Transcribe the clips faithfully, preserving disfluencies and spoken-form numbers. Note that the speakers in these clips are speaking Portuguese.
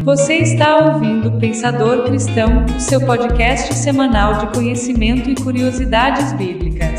Você está ouvindo Pensador Cristão, o seu podcast semanal de conhecimento e curiosidades bíblicas.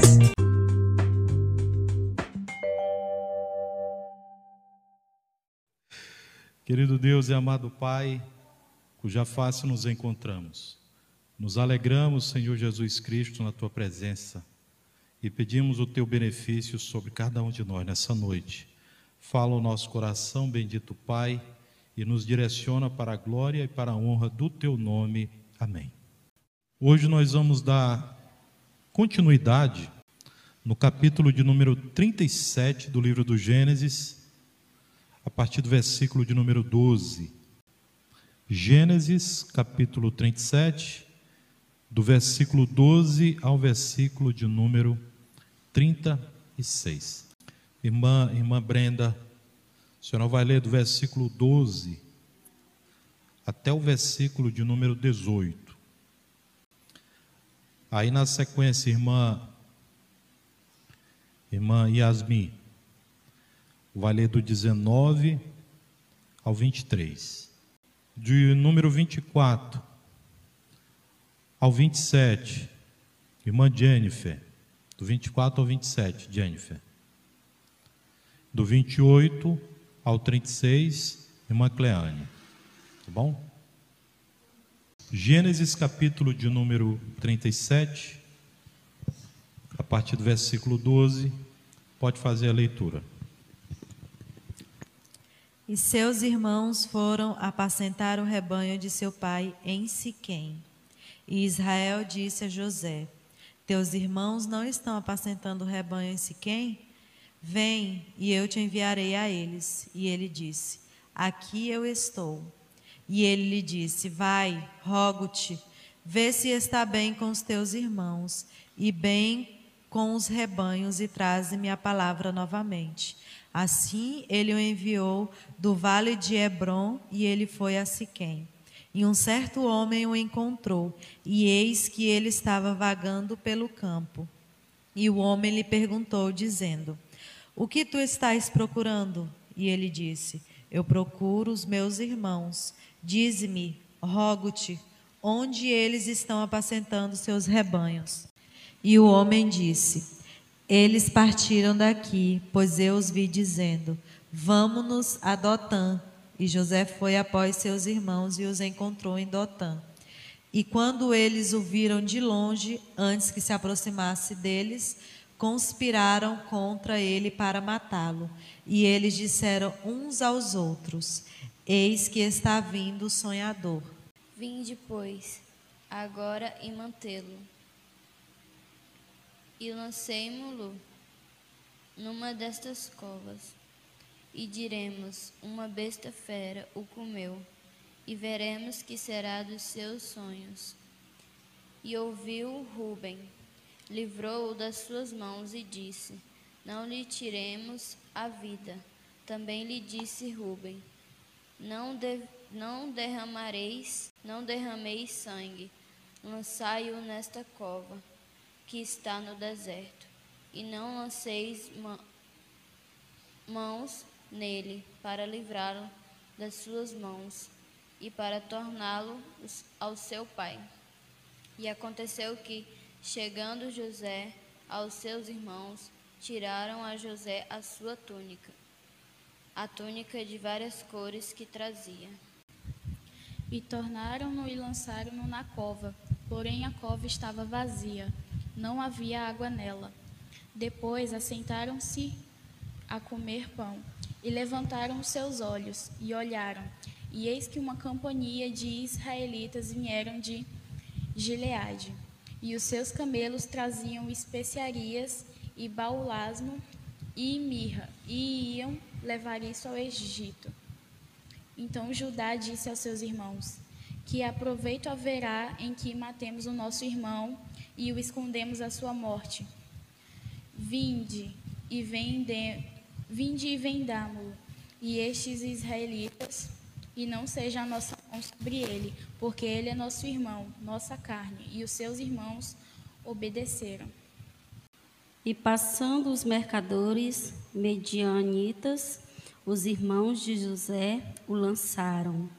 Querido Deus e amado Pai, cuja face nos encontramos, nos alegramos, Senhor Jesus Cristo, na Tua presença e pedimos o Teu benefício sobre cada um de nós nessa noite. Fala o nosso coração, bendito Pai, e nos direciona para a glória e para a honra do Teu nome. Amém. Hoje nós vamos dar continuidade no capítulo de número trinta e sete do livro do Gênesis, a partir do versículo de número doze. Gênesis, capítulo trinta e sete, do versículo doze ao versículo de número trinta e seis. Irmã, irmã Brenda, a senhora vai ler do versículo doze até o versículo de número dezoito. Aí na sequência, irmã, irmã Yasmin, vai ler do dezenove ao vinte e três. De número vinte e quatro ao vinte e sete, irmã Jennifer, do vinte e quatro ao vinte e sete, Jennifer. Do vinte e oito ao trinta e seis, irmã Cleane. Tá bom? Gênesis capítulo de número trinta e sete, a partir do versículo doze, pode fazer a leitura. E seus irmãos foram apacentar o rebanho de seu pai em Siquém. E Israel disse a José: teus irmãos não estão apacentando o rebanho em Siquém? Vem, e eu te enviarei a eles. E ele disse: aqui eu estou. E ele lhe disse: vai, rogo-te, vê se está bem com os teus irmãos, e bem com os rebanhos, e traze-me a palavra novamente. Assim ele o enviou do vale de Hebrom, e ele foi a Siquém. E um certo homem o encontrou, e eis que ele estava vagando pelo campo. E o homem lhe perguntou, dizendo: o que tu estás procurando? E ele disse: eu procuro os meus irmãos. Dize-me, rogo-te, onde eles estão apacentando seus rebanhos. E o homem disse: eles partiram daqui, pois eu os vi dizendo: vamo-nos a Dotã. E José foi após seus irmãos e os encontrou em Dotã. E quando eles o viram de longe, antes que se aproximasse deles, conspiraram contra ele para matá-lo. E eles disseram uns aos outros: eis que está vindo o sonhador. Vinde, pois, agora e mantê-lo. E lancemo-lo numa destas covas. E diremos: uma besta fera o comeu, e veremos que será dos seus sonhos. E ouviu Ruben, livrou-o das suas mãos e disse: não lhe tiremos a vida. Também lhe disse Ruben: não, de, não derramareis, não derrameis sangue, lançai-o nesta cova que está no deserto, e não lanceis ma, mãos nele para livrá-lo das suas mãos e para torná-lo ao seu pai. E aconteceu que, chegando José aos seus irmãos, tiraram a José a sua túnica, a túnica de várias cores que trazia. E tornaram-no e lançaram-no na cova, porém a cova estava vazia, não havia água nela. Depois assentaram-se a comer pão, e levantaram os seus olhos, e olharam, e eis que uma companhia de israelitas vieram de Gileade. E os seus camelos traziam especiarias e baulasmo e mirra, e iam levar isso ao Egito. Então Judá disse aos seus irmãos: que aproveito haverá em que matemos o nosso irmão e o escondemos à sua morte? Vinde e vende, vinde e vendamo-lo, e estes israelitas, e não seja a nossa mão sobre ele, porque ele é nosso irmão, nossa carne. E os seus irmãos obedeceram. E passando os mercadores medianitas, os irmãos de José o lançaram,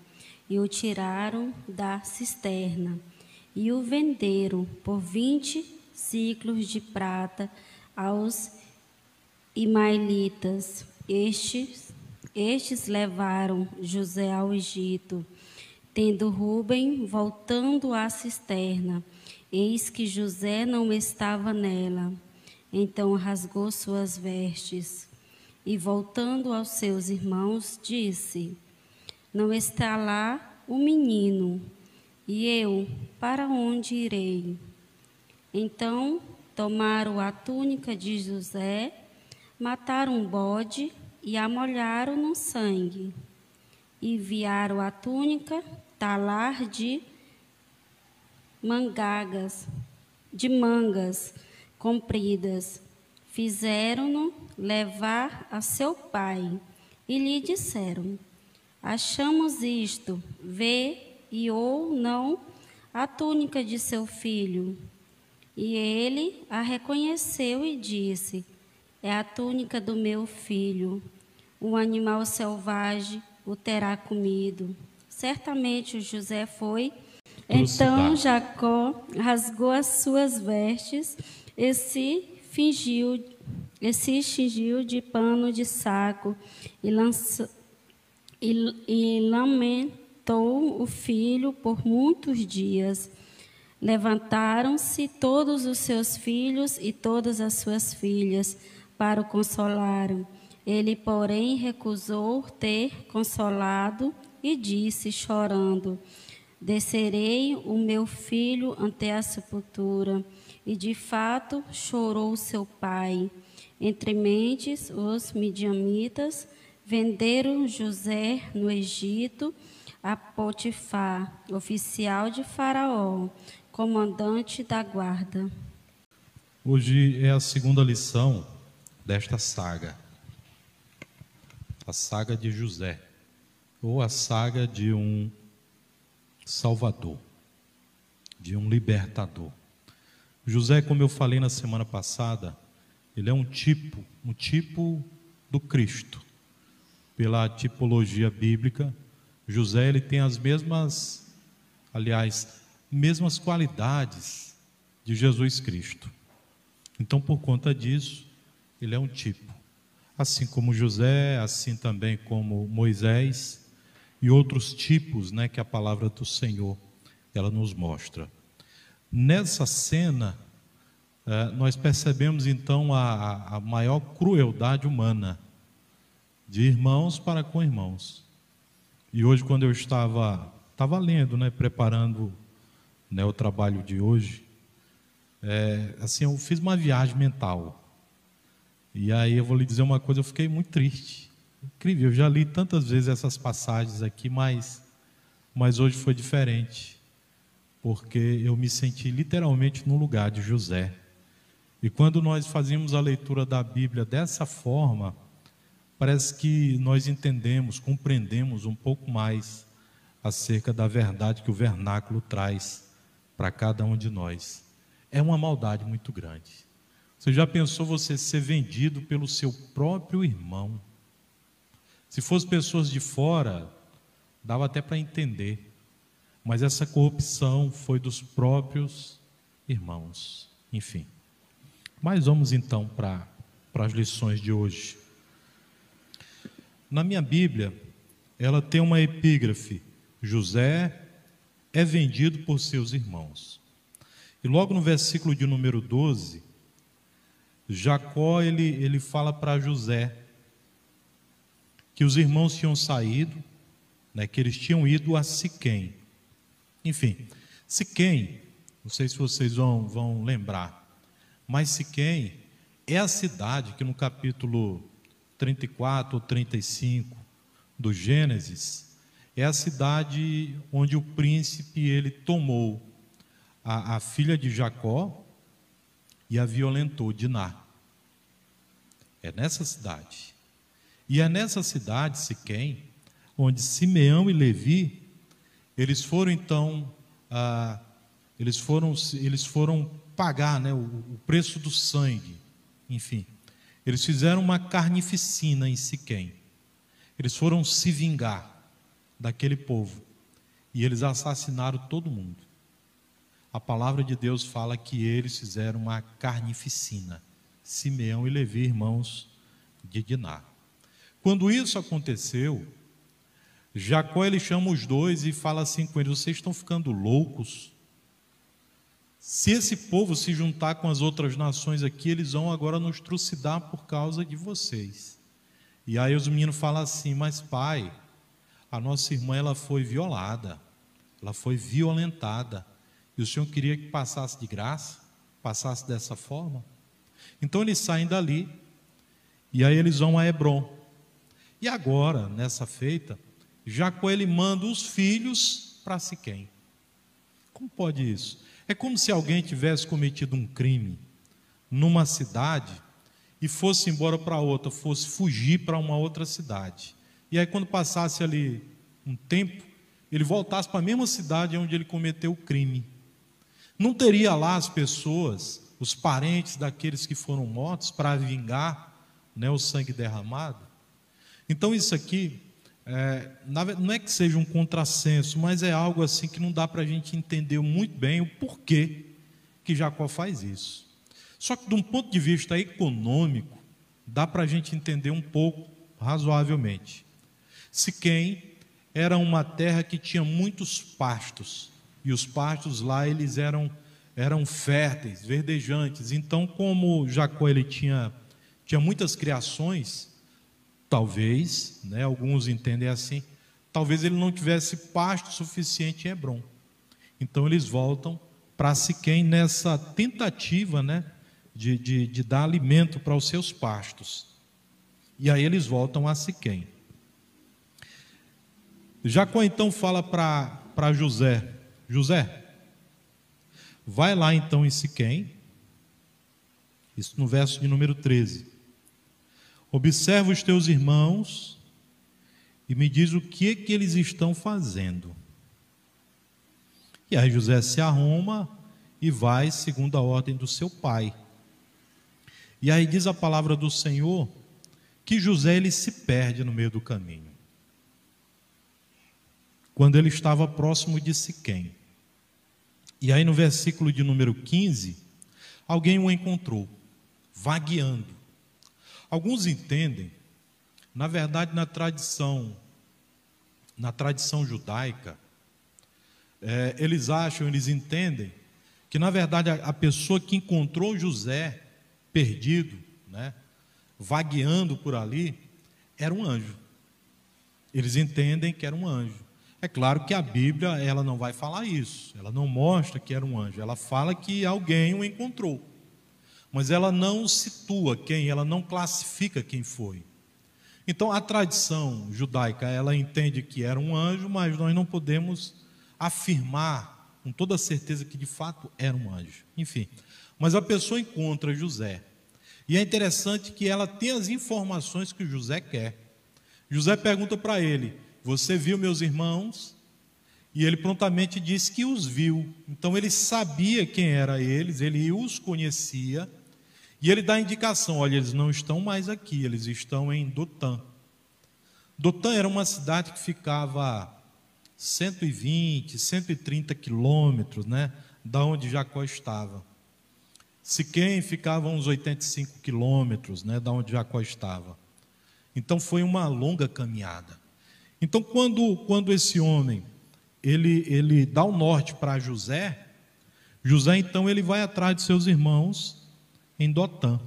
e o tiraram da cisterna, e o venderam por vinte siclos de prata aos ismaelitas. Estes, estes levaram José ao Egito. Tendo Rúben voltando à cisterna, eis que José não estava nela. Então rasgou suas vestes e, voltando aos seus irmãos, disse: não está lá o menino, e eu para onde irei? Então tomaram a túnica de José, mataram um bode e a molharam no sangue. E enviaram a túnica talar de mangagas, de mangas compridas. Fizeram-no levar a seu pai e lhe disseram: achamos isto, vê e ou não a túnica de seu filho. E ele a reconheceu e disse: é a túnica do meu filho. Um animal selvagem o terá comido. Certamente o José foi. Então Jacó rasgou as suas vestes e se fingiu, e se cingiu de pano de saco e, lança, e, e lamentou o filho por muitos dias. Levantaram-se todos os seus filhos e todas as suas filhas para o consolaram. Ele, porém, recusou ter consolado e disse, chorando: descerei o meu filho ante a sepultura. E, de fato, chorou seu pai. Entre mentes, os midianitas venderam José no Egito a Potifar, oficial de Faraó, comandante da guarda. Hoje é a segunda lição desta saga, a saga de José, ou a saga de um salvador, de um libertador. José, como eu falei na semana passada, ele é um tipo, um tipo do Cristo. Pela tipologia bíblica, José ele tem as mesmas, aliás, mesmas qualidades de Jesus Cristo. Então, por conta disso, ele é um tipo. Assim como José, assim também como Moisés e outros tipos, né, que a palavra do Senhor ela nos mostra. Nessa cena, eh, nós percebemos então a, a maior crueldade humana de irmãos para com irmãos. E hoje, quando eu estava, estava lendo, né, preparando, né, o trabalho de hoje, é, assim, eu fiz uma viagem mental. E aí eu vou lhe dizer uma coisa, eu fiquei muito triste. Incrível, eu já li tantas vezes essas passagens aqui, mas, mas hoje foi diferente. Porque eu me senti literalmente no lugar de José. E quando nós fazíamos a leitura da Bíblia dessa forma, parece que nós entendemos, compreendemos um pouco mais acerca da verdade que o vernáculo traz para cada um de nós. É uma maldade muito grande. Você já pensou você ser vendido pelo seu próprio irmão? Se fossem pessoas de fora, dava até para entender. Mas essa corrupção foi dos próprios irmãos. Enfim. Mas vamos então para, para as lições de hoje. Na minha Bíblia, ela tem uma epígrafe: José é vendido por seus irmãos. E logo no versículo de número doze, Jacó ele, ele fala para José que os irmãos tinham saído, né, que eles tinham ido a Siquém. Enfim, Siquém, não sei se vocês vão, vão lembrar, mas Siquém é a cidade que no capítulo trinta e quatro ou trinta e cinco do Gênesis, é a cidade onde o príncipe ele tomou a, a filha de Jacó e a violentou, Diná. É nessa cidade. E é nessa cidade, Siquém, onde Simeão e Levi, eles foram então, ah, eles foram, eles foram pagar, né, o, o preço do sangue, enfim. Eles fizeram uma carnificina em Siquém. Eles foram se vingar daquele povo. e eles assassinaram todo mundo. A palavra de Deus fala que eles fizeram uma carnificina, Simeão e Levi, irmãos de Diná. Quando isso aconteceu, Jacó ele chama os dois e fala assim com eles: vocês estão ficando loucos? Se esse povo se juntar com as outras nações aqui, eles vão agora nos trucidar por causa de vocês. E aí os meninos falam assim: mas pai, a nossa irmã ela foi violada, ela foi violentada, e o senhor queria que passasse de graça, passasse dessa forma? Então eles saem dali, e aí eles vão a Hebrom. E agora, nessa feita, Jacó ele manda os filhos para Siquém. Como pode isso? É como se alguém tivesse cometido um crime numa cidade e fosse embora para outra, fosse fugir para uma outra cidade. E aí quando passasse ali um tempo, ele voltasse para a mesma cidade onde ele cometeu o crime. Não teria lá as pessoas, os parentes daqueles que foram mortos, para vingar, né, o sangue derramado? Então isso aqui, é, não é que seja um contrassenso, mas é algo assim que não dá para a gente entender muito bem o porquê que Jacó faz isso. Só que de um ponto de vista econômico, dá para a gente entender um pouco, razoavelmente. Siquém era uma terra que tinha muitos pastos, e os pastos lá eles eram, eram férteis, verdejantes. Então, como Jacó ele tinha, tinha muitas criações, talvez, né, alguns entendem assim, talvez ele não tivesse pasto suficiente em Hebrom. Então eles voltam para Siquém nessa tentativa, né, de, de, de dar alimento para os seus pastos. E aí eles voltam a Siquém. Jacó então fala para José: José, vai lá então em Siquém, isso no verso de número treze. Observa os teus irmãos e me diz o que é que eles estão fazendo. E aí José se arruma e vai segundo a ordem do seu pai. E aí diz a palavra do Senhor que José ele se perde no meio do caminho. Quando ele estava próximo de Siquém. E aí no versículo de número quinze, alguém o encontrou, vagueando. Alguns entendem, na verdade na tradição, na tradição judaica, é, eles acham, eles entendem, que na verdade a, a pessoa que encontrou José perdido, né, vagueando por ali, era um anjo. Eles entendem que era um anjo. É claro que a Bíblia ela não vai falar isso, ela não mostra que era um anjo, ela fala que alguém o encontrou. Mas ela não situa quem, ela não classifica quem foi. Então a tradição judaica, ela entende que era um anjo, mas nós não podemos afirmar com toda certeza que de fato era um anjo. Enfim, mas a pessoa encontra José. E é interessante que ela tem as informações que o José quer. José pergunta para ele: você viu meus irmãos? E ele prontamente diz que os viu. Então ele sabia quem eram eles, ele os conhecia. E ele dá a indicação: olha, eles não estão mais aqui, eles estão em Dotã. Dotã era uma cidade que ficava a cento e vinte, cento e trinta quilômetros, né, da onde Jacó estava. Siquém ficava a uns oitenta e cinco quilômetros, né, da onde Jacó estava. Então foi uma longa caminhada. Então quando, quando esse homem ele, ele dá o norte para José, José então ele vai atrás de seus irmãos em Dotã.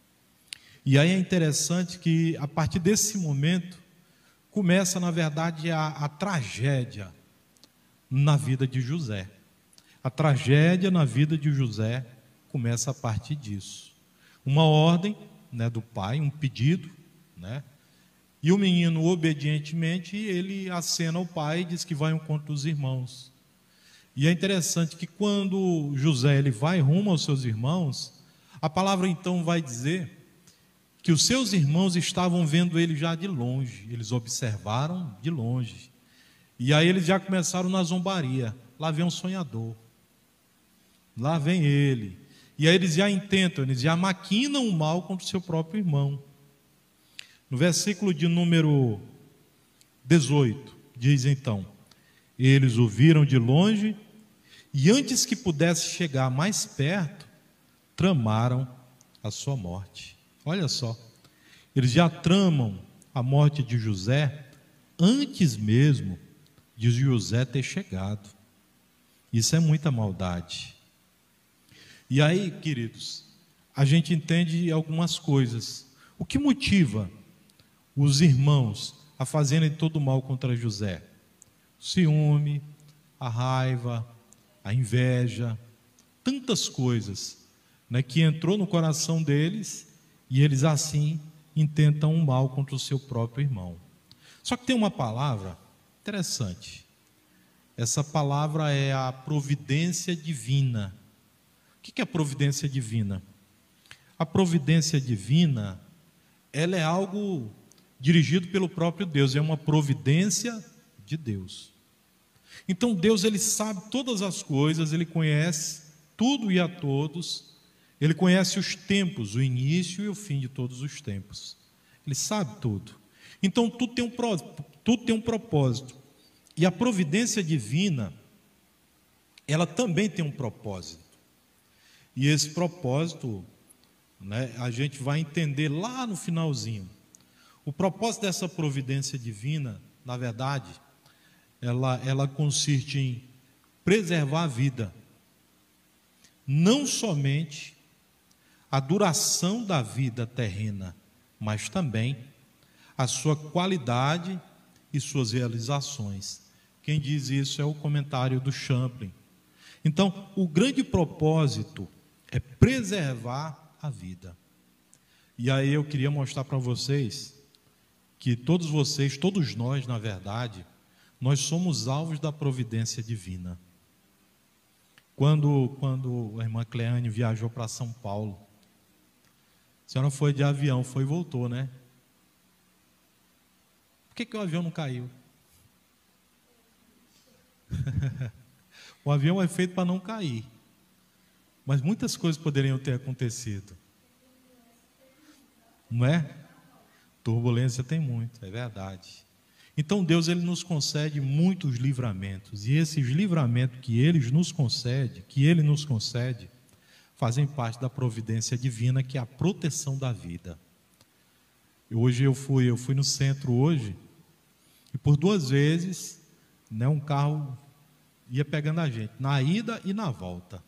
E aí é interessante que a partir desse momento começa na verdade a, a tragédia na vida de José. A tragédia na vida de José começa a partir disso. Uma ordem, né, do pai, um pedido, né? E o menino obedientemente ele acena ao pai e diz que vai ao encontro dos irmãos. E é interessante que quando José ele vai rumo aos seus irmãos, a palavra então vai dizer que os seus irmãos estavam vendo ele já de longe, eles observaram de longe. E aí eles já começaram na zombaria: lá vem um sonhador, lá vem ele. E aí eles já intentam, eles já maquinam o mal contra o seu próprio irmão. No versículo de número dezoito, diz então: Eles o viram de longe e, antes que pudesse chegar mais perto, tramaram a sua morte. Olha só, eles já tramam a morte de José antes mesmo de José ter chegado. Isso é muita maldade. E aí, queridos, a gente entende algumas coisas. O que motiva os irmãos a fazerem todo o mal contra José? O ciúme, a raiva, a inveja, tantas coisas, né, que entrou no coração deles e eles assim intentam um mal contra o seu próprio irmão. Só que tem uma palavra interessante. Essa palavra é a providência divina. O que é a providência divina? A providência divina, ela é algo dirigido pelo próprio Deus, é uma providência de Deus. Então Deus, ele sabe todas as coisas, ele conhece tudo e a todos, ele conhece os tempos, o início e o fim de todos os tempos. Ele sabe tudo. Então tudo tem um, tudo tem um propósito. E a providência divina, ela também tem um propósito. E esse propósito, né, a gente vai entender lá no finalzinho. O propósito dessa providência divina, na verdade, ela, ela consiste em preservar a vida. Não somente a duração da vida terrena, mas também a sua qualidade e suas realizações. Quem diz isso é o comentário do Champlin. Então, o grande propósito é preservar a vida. E aí eu queria mostrar para vocês que todos vocês, todos nós, na verdade, nós somos alvos da providência divina. Quando, quando a irmã Cleane viajou para São Paulo, a senhora foi de avião, foi e voltou, né? Por que, que o avião não caiu? O avião é feito para não cair. Mas muitas coisas poderiam ter acontecido. Não é? Turbulência tem muito, é verdade. Então Deus, ele nos concede muitos livramentos. E esses livramentos que Ele nos concede, que Ele nos concede, fazem parte da providência divina, que é a proteção da vida. Hoje eu fui, eu fui no centro hoje, e por duas vezes, né, um carro ia pegando a gente, na ida e na volta.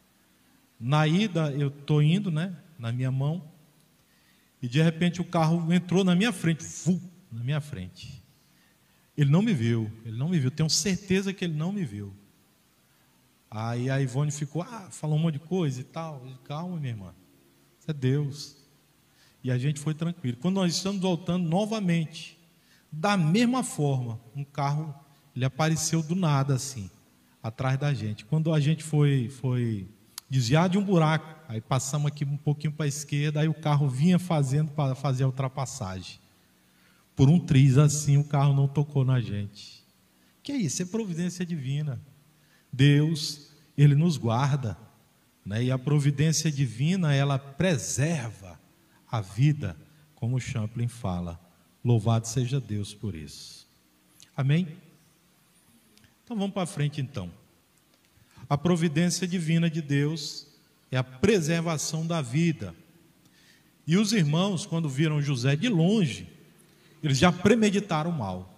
Na ida, eu estou indo, né, na minha mão, e de repente o carro entrou na minha frente, vu, na minha frente. Ele não me viu, ele não me viu, tenho certeza que ele não me viu. Aí a Ivone ficou, ah, falou um monte de coisa e tal. Eu disse, calma, minha irmã, isso é Deus. E a gente foi tranquilo. Quando nós estamos voltando novamente, da mesma forma, um carro, ele apareceu do nada assim, atrás da gente. Quando a gente foi, foi desviar de um buraco, aí passamos aqui um pouquinho para a esquerda, aí o carro vinha fazendo para fazer a ultrapassagem. Por um triz assim, o carro não tocou na gente. Que é isso? É providência divina. Deus, Ele nos guarda, né? E a providência divina, ela preserva a vida, como Champlin fala. Louvado seja Deus por isso. Amém? Então vamos para frente então. A providência divina de Deus é a preservação da vida. E os irmãos, quando viram José de longe, eles já premeditaram o mal.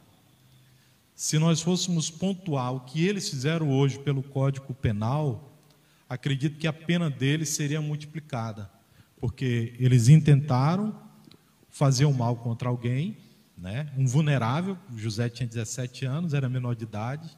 Se nós fôssemos pontuar o que eles fizeram hoje pelo Código Penal, acredito que a pena deles seria multiplicada, porque eles intentaram fazer o mal contra alguém, né? Um vulnerável. José tinha dezessete anos, era menor de idade.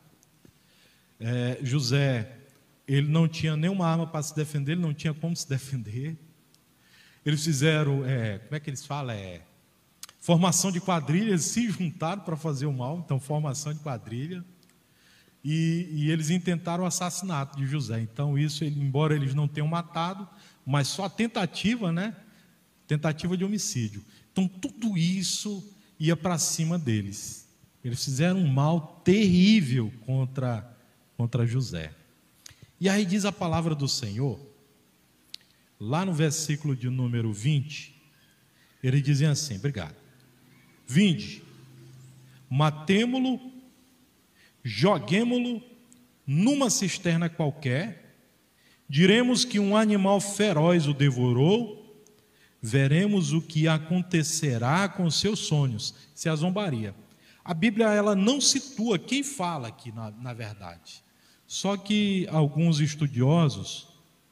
É, José, ele não tinha nenhuma arma para se defender, ele não tinha como se defender. Eles fizeram, é, como é que eles falam? É, formação de quadrilha, eles se juntaram para fazer o mal, então formação de quadrilha. E, e eles intentaram o assassinato de José. Então isso, ele, embora eles não tenham matado, mas só a tentativa, né? Tentativa de homicídio. Então tudo isso ia para cima deles. Eles fizeram um mal terrível contra, contra José. E aí diz a palavra do Senhor, lá no versículo de número vinte, ele diz assim, obrigado. Vinde, matemo-lo joguemo-lo numa cisterna qualquer, diremos que um animal feroz o devorou, veremos o que acontecerá com seus sonhos. Isso é a zombaria. A Bíblia ela não situa quem fala aqui, na, na verdade. Só que alguns estudiosos,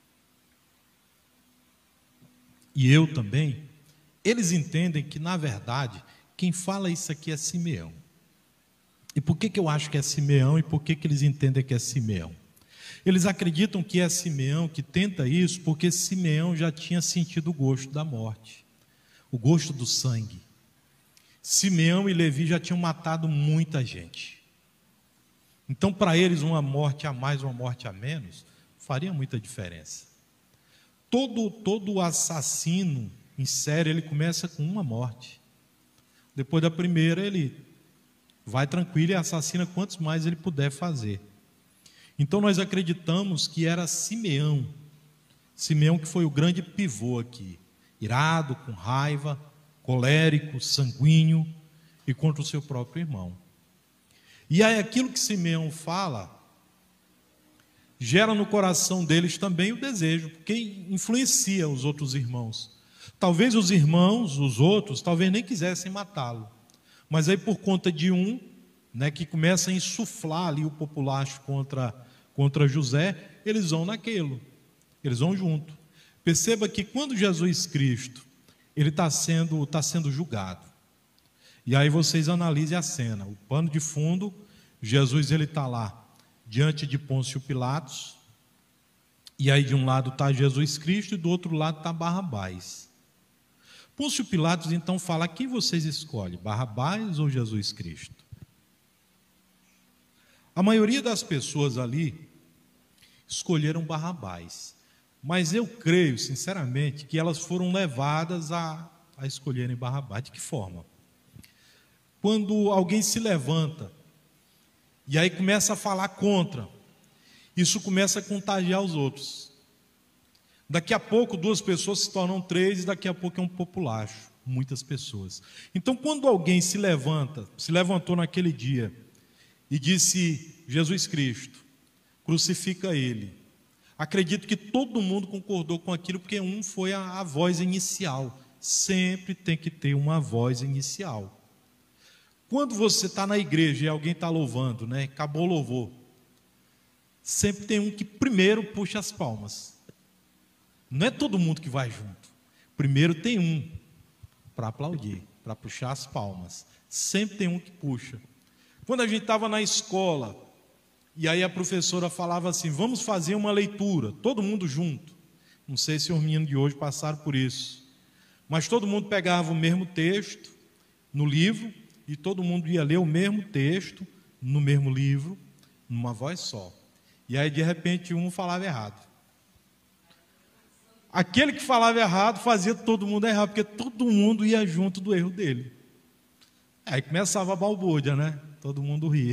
e eu também, eles entendem que, na verdade, quem fala isso aqui é Simeão. E por que, que eu acho que é Simeão e por que, que eles entendem que é Simeão? Eles acreditam que é Simeão que tenta isso porque Simeão já tinha sentido o gosto da morte, o gosto do sangue. Simeão e Levi já tinham matado muita gente. Então, para eles, uma morte a mais, uma morte a menos, faria muita diferença. Todo, todo assassino em série, ele começa com uma morte. Depois da primeira, ele vai tranquilo e assassina quantos mais ele puder fazer. Então, nós acreditamos que era Simeão. Simeão que foi o grande pivô aqui. Irado, com raiva, colérico, sanguíneo e contra o seu próprio irmão. E aí aquilo que Simeão fala gera no coração deles também o desejo, porque influencia os outros irmãos. Talvez os irmãos, os outros, talvez nem quisessem matá-lo, mas aí por conta de um, né, que começa a insuflar ali o populacho contra, contra José, eles vão naquilo, eles vão junto. Perceba que quando Jesus Cristo ele está sendo, tá sendo julgado, e aí vocês analisem a cena, o pano de fundo, Jesus ele está lá, diante de Pôncio Pilatos, e aí de um lado está Jesus Cristo e do outro lado está Barrabás. Pôncio Pilatos então fala, quem vocês escolhem, Barrabás ou Jesus Cristo? A maioria das pessoas ali escolheram Barrabás, mas eu creio sinceramente que elas foram levadas a, a escolherem Barrabás. De que forma? Quando alguém se levanta e aí começa a falar contra, isso começa a contagiar os outros. Daqui a pouco duas pessoas se tornam três e daqui a pouco é um populacho, muitas pessoas. Então quando alguém se levanta, se levantou naquele dia e disse, Jesus Cristo, crucifica ele. Acredito que todo mundo concordou com aquilo, porque um foi a, a voz inicial. Sempre tem que ter uma voz inicial. Quando você está na igreja e alguém está louvando, né? Acabou o louvor, sempre tem um que primeiro puxa as palmas. Não é todo mundo que vai junto. Primeiro tem um para aplaudir, para puxar as palmas. Sempre tem um que puxa. Quando a gente estava na escola, e aí a professora falava assim, vamos fazer uma leitura, todo mundo junto. Não sei se os meninos de hoje passaram por isso. Mas todo mundo pegava o mesmo texto no livro, e todo mundo ia ler o mesmo texto, no mesmo livro, numa voz só. E aí, de repente, um falava errado. Aquele que falava errado fazia todo mundo errar, porque todo mundo ia junto do erro dele. Aí começava a balbúrdia, né? Todo mundo ria.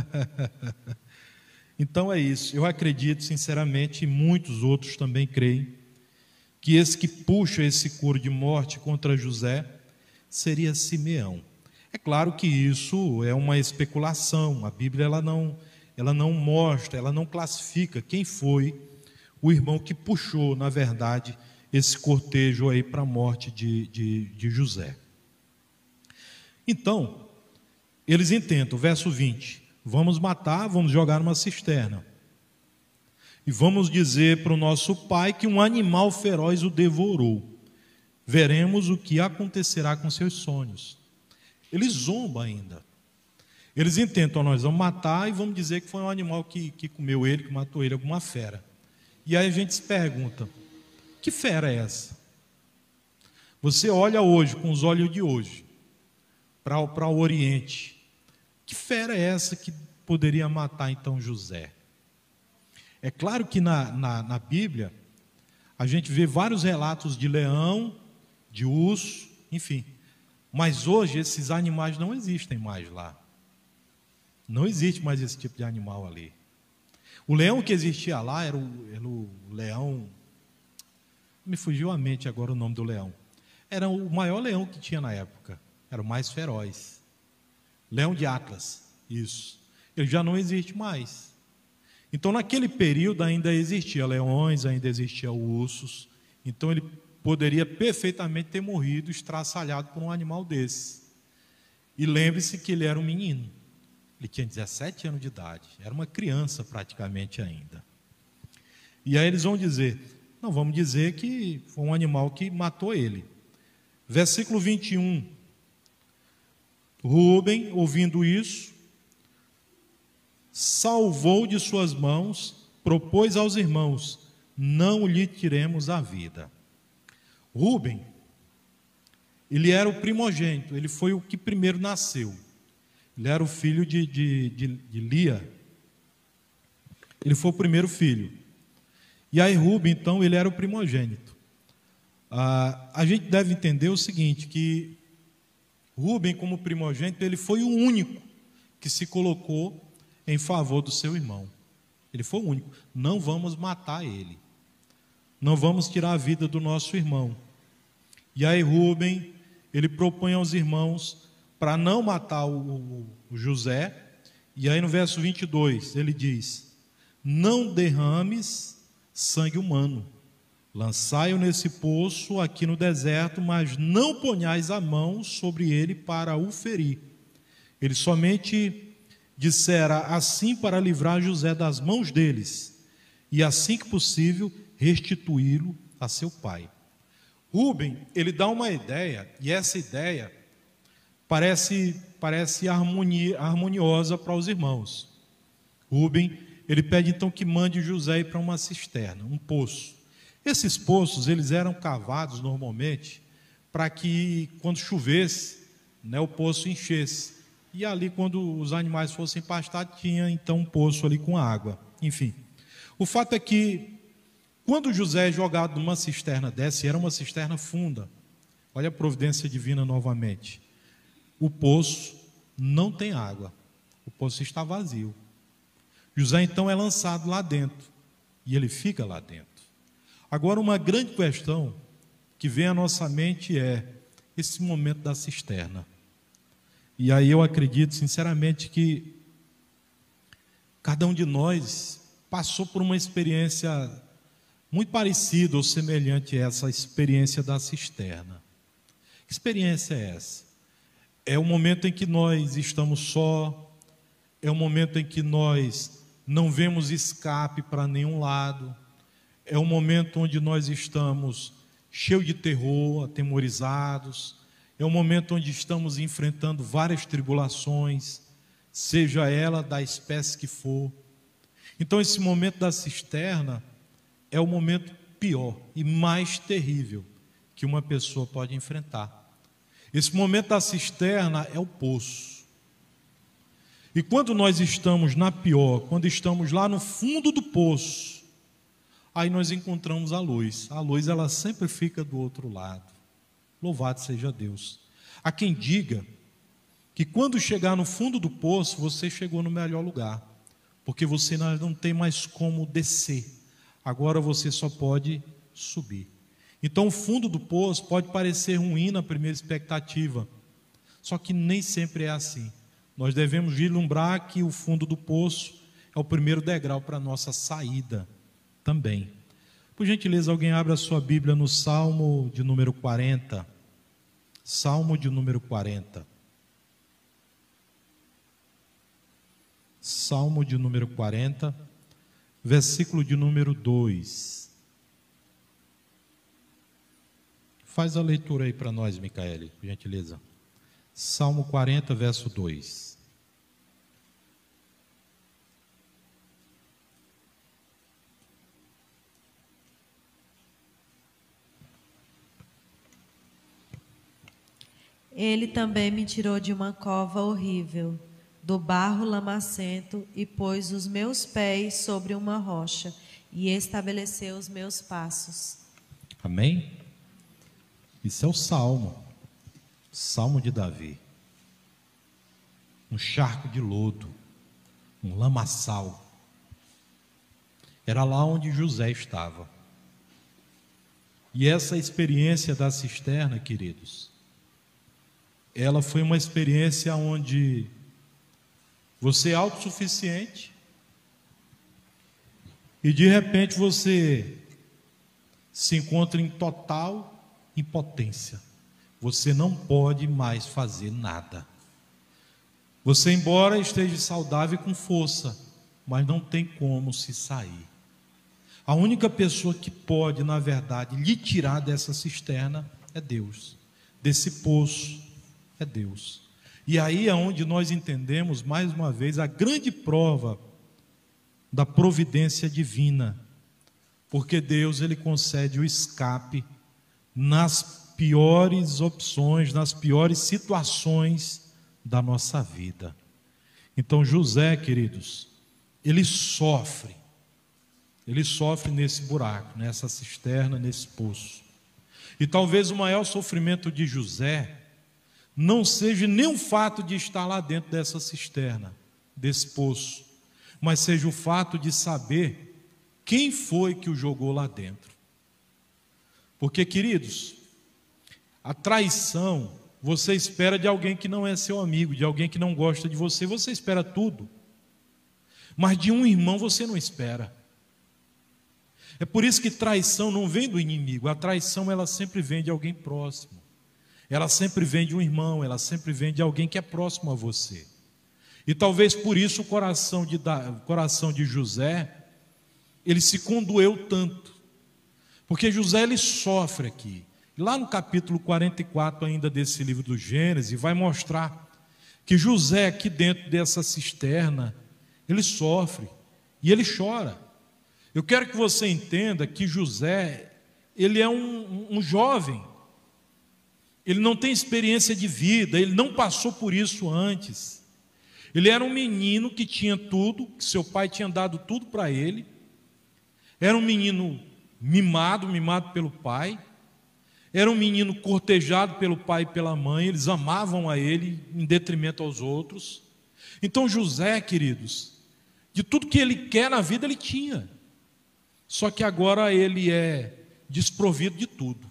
Então é isso. Eu acredito, sinceramente, e muitos outros também creem, que esse que puxa esse coro de morte contra José seria Simeão. É claro que isso é uma especulação, a Bíblia ela não, ela não mostra, ela não classifica quem foi o irmão que puxou, na verdade, esse cortejo aí para a morte de, de, de José. Então, eles intentam, verso vinte, vamos matar, vamos jogar numa cisterna, e vamos dizer para o nosso pai que um animal feroz o devorou, veremos o que acontecerá com seus sonhos. Eles zombam ainda. Eles intentam, nós vamos matar e vamos dizer que foi um animal que, que comeu ele, que matou ele, alguma fera. E aí a gente se pergunta, que fera é essa? Você olha hoje, com os olhos de hoje, para o Oriente, que fera é essa que poderia matar então José? É claro que na, na, na Bíblia, a gente vê vários relatos de leão, de urso, enfim. Mas hoje esses animais não existem mais lá. Não existe mais esse tipo de animal ali. O leão que existia lá era o, era o leão... Me fugiu à mente agora o nome do leão. Era o maior leão que tinha na época. Era o mais feroz. Leão de Atlas, isso. ele já não existe mais. Então, naquele período ainda existia leões, ainda existia ursos. Então, ele poderia perfeitamente ter morrido estraçalhado por um animal desse. E lembre-se que ele era um menino. Ele tinha dezessete anos de idade. Era uma criança praticamente ainda. E aí eles vão dizer, não, vamos dizer que foi um animal que matou ele. Versículo vinte e um. Rúben, ouvindo isso, salvou de suas mãos, propôs aos irmãos, não lhe tiremos a vida. Rúben, ele era o primogênito, ele foi o que primeiro nasceu. Ele era o filho de, de, de, de Lia. Ele foi o primeiro filho. E aí Rúben, então, ele era o primogênito. Ah, a gente deve entender o seguinte, que Rúben, como primogênito, ele foi o único que se colocou em favor do seu irmão. Ele foi o único. Não vamos matar ele. Não vamos tirar a vida do nosso irmão. E aí Rúben, ele propõe aos irmãos para não matar o, o, o José. E aí no verso vinte e dois, ele diz, não derrames sangue humano. Lançai-o nesse poço aqui no deserto, mas não ponhais a mão sobre ele para o ferir. Ele somente dissera assim para livrar José das mãos deles, e assim que possível restituí-lo a seu pai. Rúben, ele dá uma ideia, e essa ideia parece, parece harmonia, harmoniosa para os irmãos. Rúben, ele pede então que mande José ir para uma cisterna, um poço. Esses poços, eles eram cavados normalmente para que quando chovesse, né, o poço enchesse. E ali, quando os animais fossem pastar, tinha então um poço ali com água. Enfim, o fato é que quando José é jogado numa cisterna dessa, e era uma cisterna funda, olha a providência divina novamente, o poço não tem água, o poço está vazio. José então é lançado lá dentro, e ele fica lá dentro. Agora, uma grande questão que vem à nossa mente é esse momento da cisterna. E aí eu acredito sinceramente que cada um de nós passou por uma experiência muito parecida ou semelhante a essa experiência da cisterna. Que experiência é essa? É o momento em que nós estamos só, é o momento em que nós não vemos escape para nenhum lado, é o momento onde nós estamos cheios de terror, atemorizados, é o momento onde estamos enfrentando várias tribulações, seja ela da espécie que for. Então esse momento da cisterna é o momento pior e mais terrível que uma pessoa pode enfrentar. Esse momento da cisterna é o poço. E quando nós estamos na pior, quando estamos lá no fundo do poço, aí nós encontramos a luz. A luz, ela sempre fica do outro lado. Louvado seja Deus. Há quem diga que quando chegar no fundo do poço, você chegou no melhor lugar, porque você não tem mais como descer. Agora você só pode subir. Então o fundo do poço pode parecer ruim na primeira expectativa, só que nem sempre é assim. Nós devemos vislumbrar que o fundo do poço é o primeiro degrau para a nossa saída também. Por gentileza, alguém abra a sua Bíblia no Salmo de número quarenta. Salmo de número quarenta. Salmo de número quarenta, versículo de número dois. Faz a leitura aí para nós, Micaele, por gentileza. Salmo quarenta, verso dois. Ele também me tirou de uma cova horrível, do barro lamacento, e pôs os meus pés sobre uma rocha, e estabeleceu os meus passos. Amém? Isso é o Salmo, Salmo de Davi. Um charco de lodo, um lamaçal. Era lá onde José estava. E essa experiência da cisterna, queridos, ela foi uma experiência onde você é autossuficiente, e de repente você se encontra em total impotência. Você não pode mais fazer nada. Você, embora esteja saudável e com força, mas não tem como se sair. A única pessoa que pode, na verdade, lhe tirar dessa cisterna é Deus. Desse poço é Deus. E aí é onde nós entendemos, mais uma vez, a grande prova da providência divina. Porque Deus, ele concede o escape nas piores opções, nas piores situações da nossa vida. Então José, queridos, ele sofre, ele sofre nesse buraco, nessa cisterna, nesse poço. E talvez o maior sofrimento de José não seja nem o fato de estar lá dentro dessa cisterna, desse poço, mas seja o fato de saber quem foi que o jogou lá dentro. Porque, queridos, a traição, você espera de alguém que não é seu amigo, de alguém que não gosta de você, você espera tudo. Mas de um irmão você não espera. É por isso que traição não vem do inimigo, a traição ela sempre vem de alguém próximo. Ela sempre vem de um irmão, ela sempre vem de alguém que é próximo a você. E talvez por isso o coração de, o coração de José, ele se condoeu tanto. Porque José, ele sofre aqui. Lá no capítulo quarenta e quatro ainda desse livro do Gênesis, vai mostrar que José aqui dentro dessa cisterna, ele sofre e ele chora. Eu quero que você entenda que José, ele é um, um jovem. Ele não tem experiência de vida, ele não passou por isso antes. Ele era um menino que tinha tudo, que seu pai tinha dado tudo para ele. Era um menino mimado, mimado pelo pai. Era um menino cortejado pelo pai e pela mãe. Eles amavam a ele em detrimento aos outros. Então José, queridos, de tudo que ele quer na vida ele tinha. Só que agora ele é desprovido de tudo.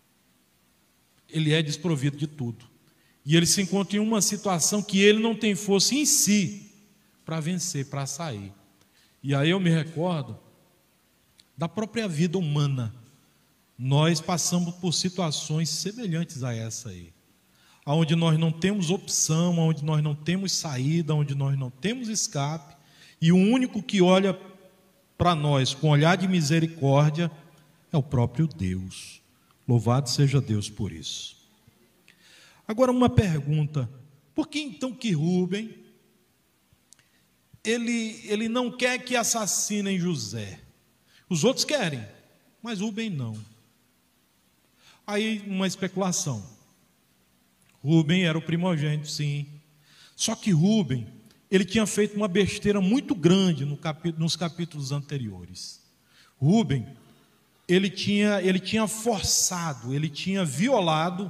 Ele é desprovido de tudo. E ele se encontra em uma situação que ele não tem força em si para vencer, para sair. E aí eu me recordo da própria vida humana. Nós passamos por situações semelhantes a essa aí, onde nós não temos opção, onde nós não temos saída, onde nós não temos escape, e o único que olha para nós com olhar de misericórdia é o próprio Deus. Louvado seja Deus por isso. Agora uma pergunta: por que então que Rúben ele, ele não quer que assassinem José? Os outros querem, mas Rúben não. Aí uma especulação. Rúben era o primogênito, sim. Só que Rúben, ele tinha feito uma besteira muito grande no capítulo, nos capítulos anteriores. Rúben, ele tinha, ele tinha forçado, ele tinha violado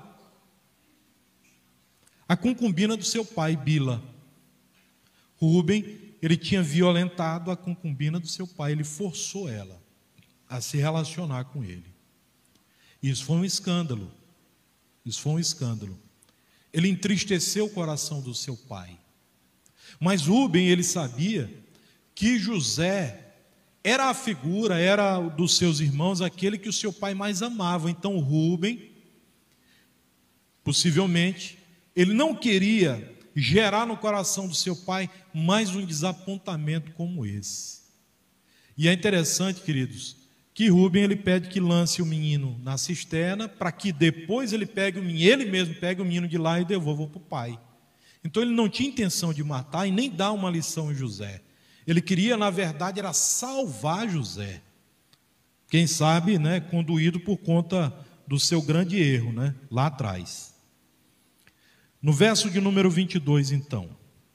a concubina do seu pai, Bila. Rúben, ele tinha violentado a concubina do seu pai, ele forçou ela a se relacionar com ele. Isso foi um escândalo. Isso foi um escândalo. Ele entristeceu o coração do seu pai. Mas Rúben, ele sabia que José era a figura, era dos seus irmãos aquele que o seu pai mais amava. Então Rúben, possivelmente, ele não queria gerar no coração do seu pai mais um desapontamento como esse. E é interessante, queridos, que Rúben ele pede que lance o menino na cisterna, para que depois ele pegue o menino, ele mesmo pegue o menino de lá e devolva para o pai. Então ele não tinha intenção de matar e nem dar uma lição em José. Ele queria, na verdade, era salvar José. Quem sabe, né, conduído por conta do seu grande erro, né, lá atrás. No verso de número vinte e dois, então,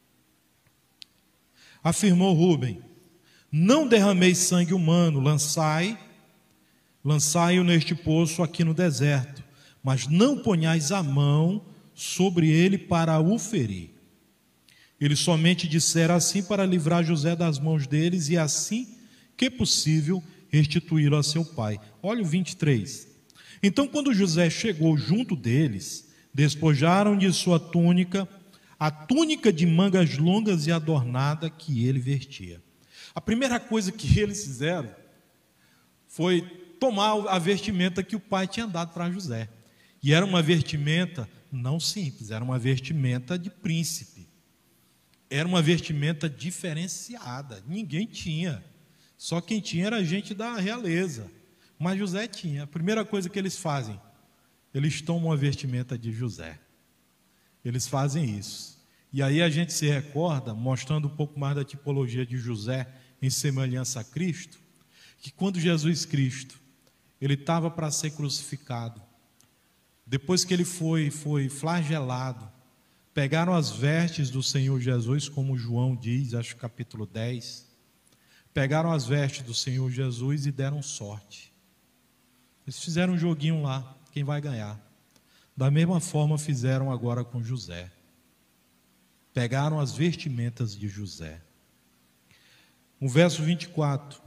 afirmou Rúben: não derramei sangue humano, lançai, lançai-o neste poço aqui no deserto, mas não ponhais a mão sobre ele para o ferir. Ele somente dissera assim para livrar José das mãos deles e assim que possível restituí-lo a seu pai. Olha o vinte e três. Então, quando José chegou junto deles, despojaram de sua túnica, a túnica de mangas longas e adornada que ele vestia. A primeira coisa que eles fizeram foi tomar a vestimenta que o pai tinha dado para José. E era uma vestimenta não simples, era uma vestimenta de príncipe. Era uma vestimenta diferenciada, ninguém tinha. Só quem tinha era gente da realeza. Mas José tinha. A primeira coisa que eles fazem, eles tomam a vestimenta de José. Eles fazem isso. E aí a gente se recorda, mostrando um pouco mais da tipologia de José em semelhança a Cristo, que quando Jesus Cristo, ele estava para ser crucificado, depois que ele foi, foi flagelado, pegaram as vestes do Senhor Jesus, como João diz, acho que capítulo dez, pegaram as vestes do Senhor Jesus e deram sorte. Eles fizeram um joguinho lá, quem vai ganhar? Da mesma forma fizeram agora com José. Pegaram as vestimentas de José. No verso vinte e quatro,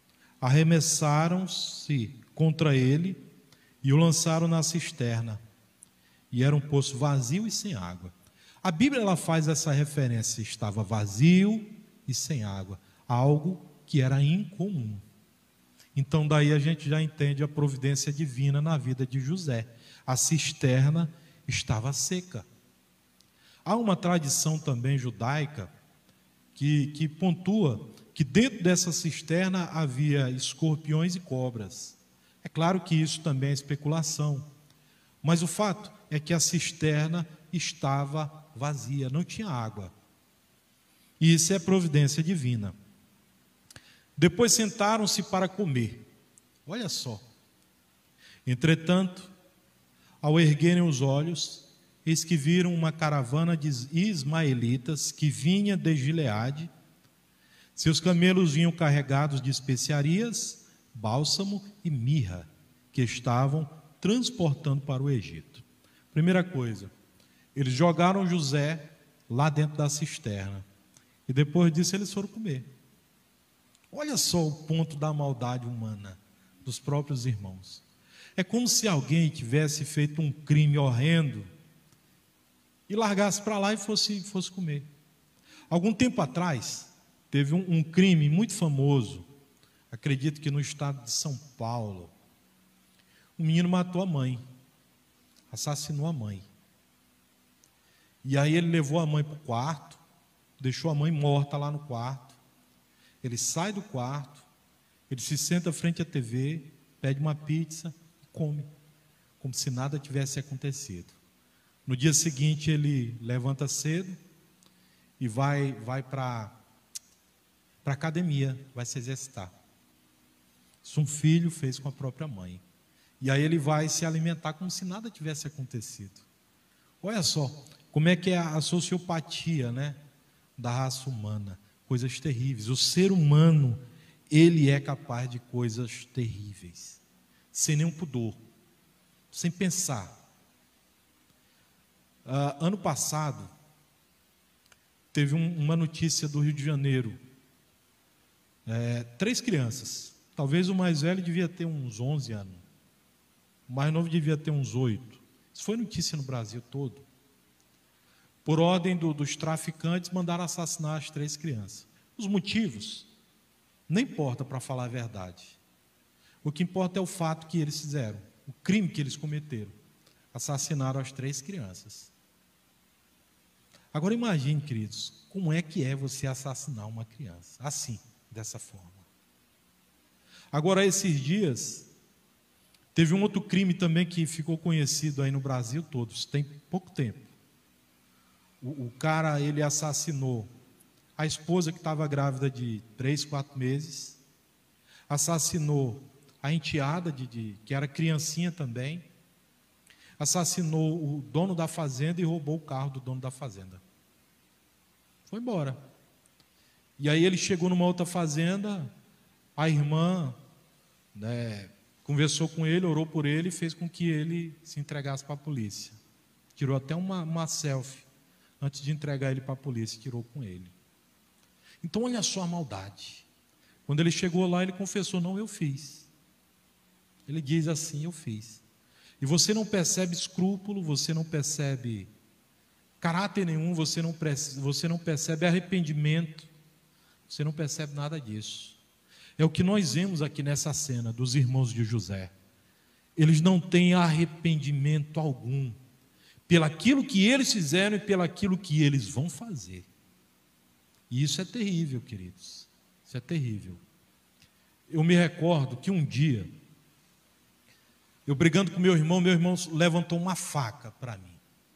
arremessaram-se contra ele e o lançaram na cisterna. E era um poço vazio e sem água. A Bíblia ela faz essa referência, estava vazio e sem água, algo que era incomum. Então daí a gente já entende a providência divina na vida de José. A cisterna estava seca. Há uma tradição também judaica que, que pontua que dentro dessa cisterna havia escorpiões e cobras. É claro que isso também é especulação, mas o fato é que a cisterna estava vazia, não tinha água. E isso é providência divina. Depois sentaram-se para comer. Olha só. Entretanto, ao erguerem os olhos, eis que viram uma caravana de ismaelitas que vinha de Gileade. Seus camelos vinham carregados de especiarias, bálsamo e mirra, que estavam transportando para o Egito. Primeira coisa, eles jogaram José lá dentro da cisterna. E depois disso eles foram comer. Olha só o ponto da maldade humana dos próprios irmãos. É como se alguém tivesse feito um crime horrendo e largasse para lá e fosse, fosse comer. Algum tempo atrás, teve um, um crime muito famoso, acredito que no estado de São Paulo. Um menino matou a mãe, assassinou a mãe. E aí ele levou a mãe para o quarto, deixou a mãe morta lá no quarto. Ele sai do quarto, ele se senta frente à T V, pede uma pizza e come, como se nada tivesse acontecido. No dia seguinte ele levanta cedo e vai, vai para a academia, vai se exercitar. Isso um filho fez com a própria mãe. E aí ele vai se alimentar como se nada tivesse acontecido. Olha só, como é que é a sociopatia, né, da raça humana. Coisas terríveis. O ser humano, ele é capaz de coisas terríveis, sem nenhum pudor, sem pensar. Uh, ano passado, teve um, uma notícia do Rio de Janeiro. É, três crianças, talvez o mais velho devia ter uns onze anos, o mais novo devia ter uns oito. Isso foi notícia no Brasil todo. Por ordem do, dos traficantes, mandaram assassinar as três crianças. Os motivos, não importa, para falar a verdade. O que importa é o fato que eles fizeram, o crime que eles cometeram. Assassinaram as três crianças. Agora imagine, queridos, como é que é você assassinar uma criança, assim, dessa forma. Agora, esses dias, teve um outro crime também que ficou conhecido aí no Brasil todo, tem pouco tempo. O, o cara, ele assassinou a esposa que estava grávida de três, quatro meses, assassinou a enteada, de, de, que era criancinha também, assassinou o dono da fazenda e roubou o carro do dono da fazenda. Foi embora. E aí ele chegou numa outra fazenda, a irmã, né, conversou com ele, orou por ele e fez com que ele se entregasse para a polícia. Tirou até uma, uma selfie antes de entregar ele para a polícia, tirou com ele. Então olha só a maldade. Quando ele chegou lá, ele confessou: não, eu fiz. Ele diz assim: eu fiz. E você não percebe escrúpulo, você não percebe caráter nenhum, você não, você não percebe arrependimento, você não percebe nada disso. É o que nós vemos aqui nessa cena dos irmãos de José. Eles não têm arrependimento algum pelaquilo que eles fizeram e pelaquilo que eles vão fazer. E isso é terrível, queridos. Isso é terrível. Eu me recordo que um dia, eu brigando com meu irmão, meu irmão levantou uma faca para mim.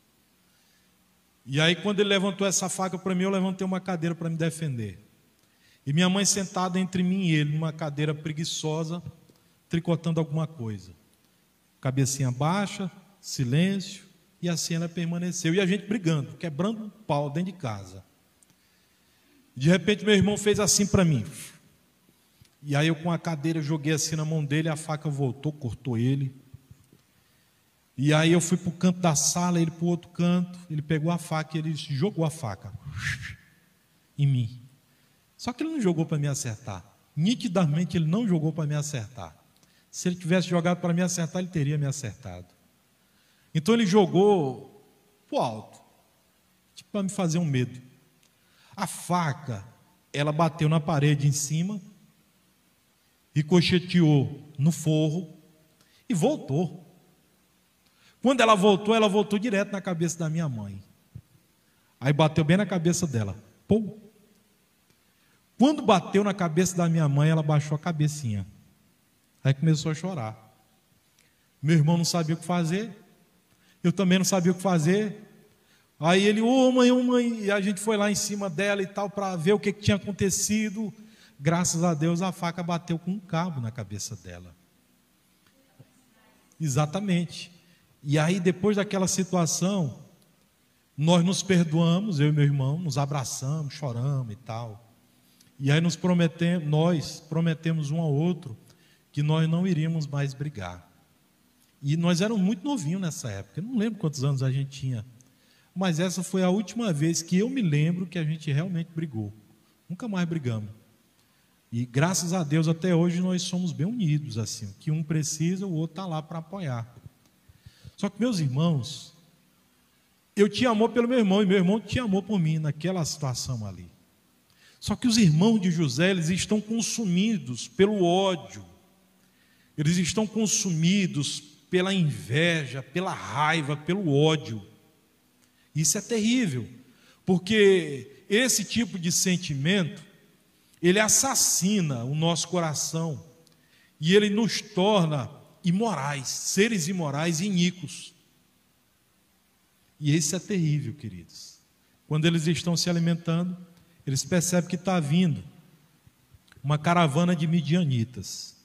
E aí, quando ele levantou essa faca para mim, eu levantei uma cadeira para me defender. E minha mãe sentada entre mim e ele, numa cadeira preguiçosa, tricotando alguma coisa. Cabecinha baixa, silêncio, e assim ela permaneceu. E a gente brigando, quebrando um pau dentro de casa. De repente, meu irmão fez assim para mim. E aí eu com a cadeira joguei assim na mão dele, a faca voltou, cortou ele. E aí eu fui para o canto da sala, ele para o outro canto, ele pegou a faca e ele jogou a faca em mim. Só que ele não jogou para me acertar. Nitidamente ele não jogou para me acertar. Se ele tivesse jogado para me acertar, ele teria me acertado. Então ele jogou para o alto, tipo para me fazer um medo. A faca, ela bateu na parede em cima, ricocheteou no forro e voltou. Quando ela voltou, ela voltou direto na cabeça da minha mãe. Aí bateu bem na cabeça dela. Pum. Quando bateu na cabeça da minha mãe, ela baixou a cabecinha. Aí começou a chorar. Meu irmão não sabia o que fazer. Eu também não sabia o que fazer. Aí ele, ô mãe, ô mãe, e a gente foi lá em cima dela e tal, para ver o que, que tinha acontecido. Graças a Deus a faca bateu com um cabo na cabeça dela. Exatamente. E aí depois daquela situação, nós nos perdoamos, eu e meu irmão, nos abraçamos, choramos e tal. E aí nos prometemos, nós prometemos um ao outro que nós não iríamos mais brigar. E nós éramos muito novinhos nessa época, eu não lembro quantos anos a gente tinha. Mas essa foi a última vez que eu me lembro que a gente realmente brigou. Nunca mais brigamos. E graças a Deus até hoje nós somos bem unidos, assim, que um precisa, o outro está lá para apoiar. Só que meus irmãos, eu tinha amor pelo meu irmão e meu irmão tinha amor por mim naquela situação ali. Só que os irmãos de José, eles estão consumidos pelo ódio, eles estão consumidos pela inveja, pela raiva, pelo ódio. Isso é terrível, porque esse tipo de sentimento, ele assassina o nosso coração e ele nos torna imorais, seres imorais e iníquos. E isso é terrível, queridos. Quando eles estão se alimentando, eles percebem que está vindo uma caravana de midianitas.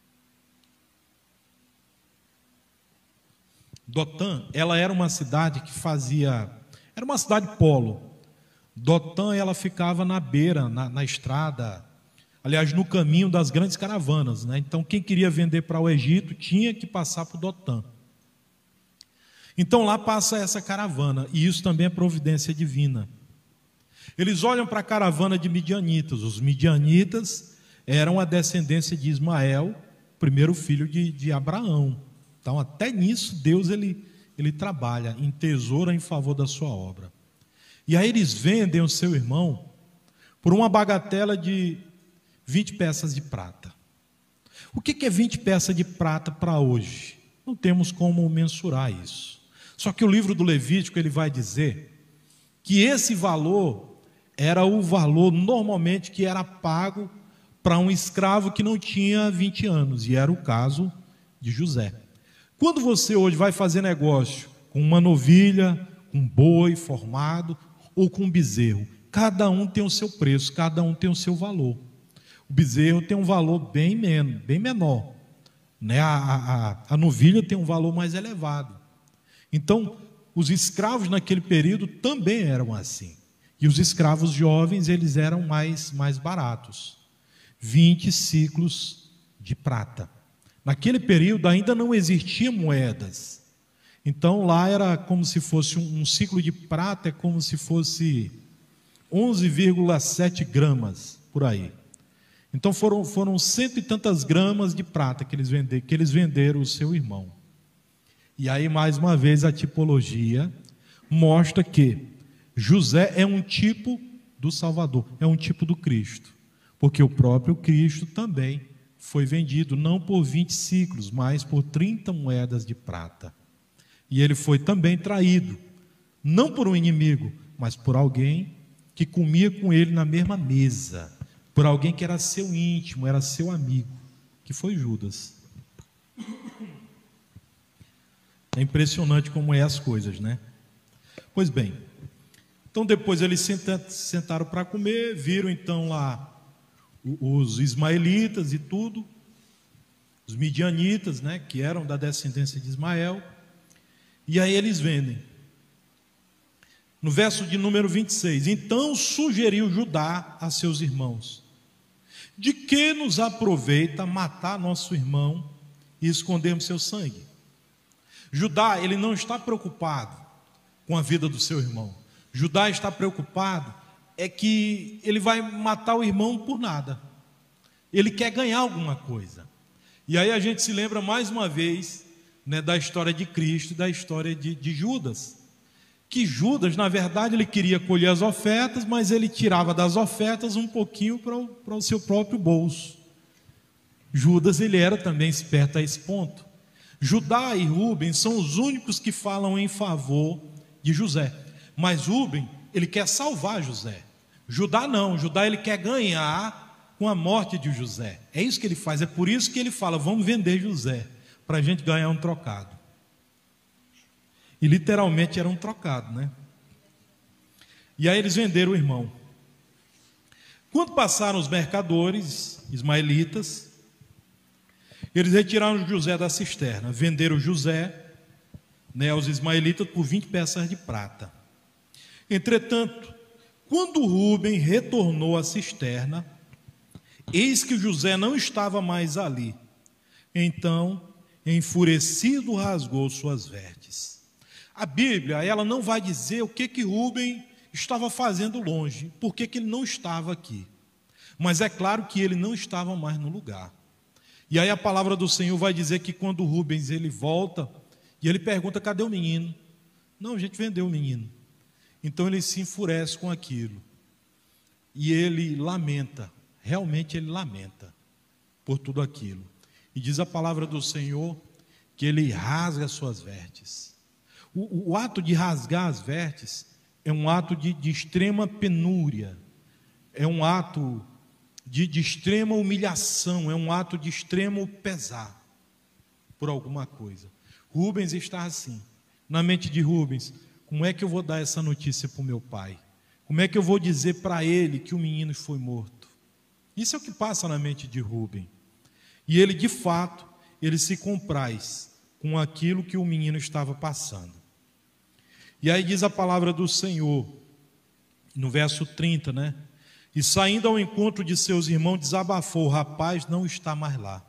Dotã, ela era uma cidade que fazia, era uma cidade polo. Dotã, ela ficava na beira, na, na estrada, aliás, no caminho das grandes caravanas, né? Então, quem queria vender para o Egito tinha que passar por Dotã. Então, lá passa essa caravana, e isso também é providência divina. Eles olham para a caravana de midianitas. Os midianitas eram a descendência de Ismael, primeiro filho de, de Abraão. Então, até nisso, Deus ele, ele trabalha, entesoura em favor da sua obra. E aí eles vendem o seu irmão por uma bagatela de vinte peças de prata. O que é vinte peças de prata para hoje? Não temos como mensurar isso. Só que o livro do Levítico ele vai dizer que esse valor era o valor normalmente que era pago para um escravo que não tinha vinte anos, e era o caso de José. Quando você hoje vai fazer negócio com uma novilha, com um boi formado ou com um bezerro, cada um tem o seu preço, cada um tem o seu valor. O bezerro tem um valor bem, menos, bem menor, né? a, a, a novilha tem um valor mais elevado. Então, os escravos naquele período também eram assim. E os escravos jovens, eles eram mais, mais baratos. vinte ciclos de prata. Naquele período ainda não existiam moedas. Então lá era como se fosse um, um ciclo de prata, é como se fosse onze vírgula sete gramas, por aí. Então foram, foram cento e tantas gramas de prata que eles, vender, que eles venderam o seu irmão. E aí mais uma vez a tipologia mostra que José é um tipo do Salvador, é um tipo do Cristo, porque o próprio Cristo também foi vendido, não por vinte ciclos, mas por trinta moedas de prata. E ele foi também traído, não por um inimigo, mas por alguém que comia com ele na mesma mesa, por alguém que era seu íntimo, era seu amigo, que foi Judas. É impressionante como é as coisas, né? Pois bem, então depois eles sentaram para comer, viram então lá os ismaelitas e tudo, os midianitas, né, que eram da descendência de Ismael, e aí eles vendem. No verso de número vinte e seis, então sugeriu Judá a seus irmãos: de que nos aproveita matar nosso irmão e escondermos seu sangue? Judá, ele não está preocupado com a vida do seu irmão. Judá está preocupado é que ele vai matar o irmão por nada. Ele quer ganhar alguma coisa. E aí a gente se lembra mais uma vez, né, da história de Cristo e da história de, de Judas. Que Judas, na verdade, ele queria colher as ofertas, mas ele tirava das ofertas um pouquinho para o, para o seu próprio bolso. Judas, ele era também esperto a esse ponto. Judá e Rúben são os únicos que falam em favor de José. Mas Rúben, ele quer salvar José. Judá não, Judá ele quer ganhar com a morte de José. É isso que ele faz, é por isso que ele fala: vamos vender José, para a gente ganhar um trocado. E literalmente era um trocado, né? E aí eles venderam o irmão. Quando passaram os mercadores ismaelitas, eles retiraram José da cisterna, venderam José, né, aos ismaelitas por vinte peças de prata. Entretanto, quando Rúben retornou à cisterna, eis que José não estava mais ali. Então, enfurecido, rasgou suas vestes. A Bíblia, ela não vai dizer o que que Rúben estava fazendo longe, por que que ele não estava aqui. Mas é claro que ele não estava mais no lugar. E aí a palavra do Senhor vai dizer que quando Rubens ele volta, e ele pergunta: cadê o menino? Não, a gente vendeu o menino. Então ele se enfurece com aquilo. E ele lamenta, realmente ele lamenta por tudo aquilo. E diz a palavra do Senhor que ele rasga as suas vestes. O, o ato de rasgar as vestes é um ato de, de extrema penúria, é um ato de, de extrema humilhação, é um ato de extremo pesar por alguma coisa. Rubens está assim, na mente de Rubens: como é que eu vou dar essa notícia para o meu pai? Como é que eu vou dizer para ele que o menino foi morto? Isso é o que passa na mente de Rubem. E ele, de fato, ele se compraz com aquilo que o menino estava passando. E aí diz a palavra do Senhor, no verso trinta, né? E saindo ao encontro de seus irmãos, desabafou: o rapaz não está mais lá.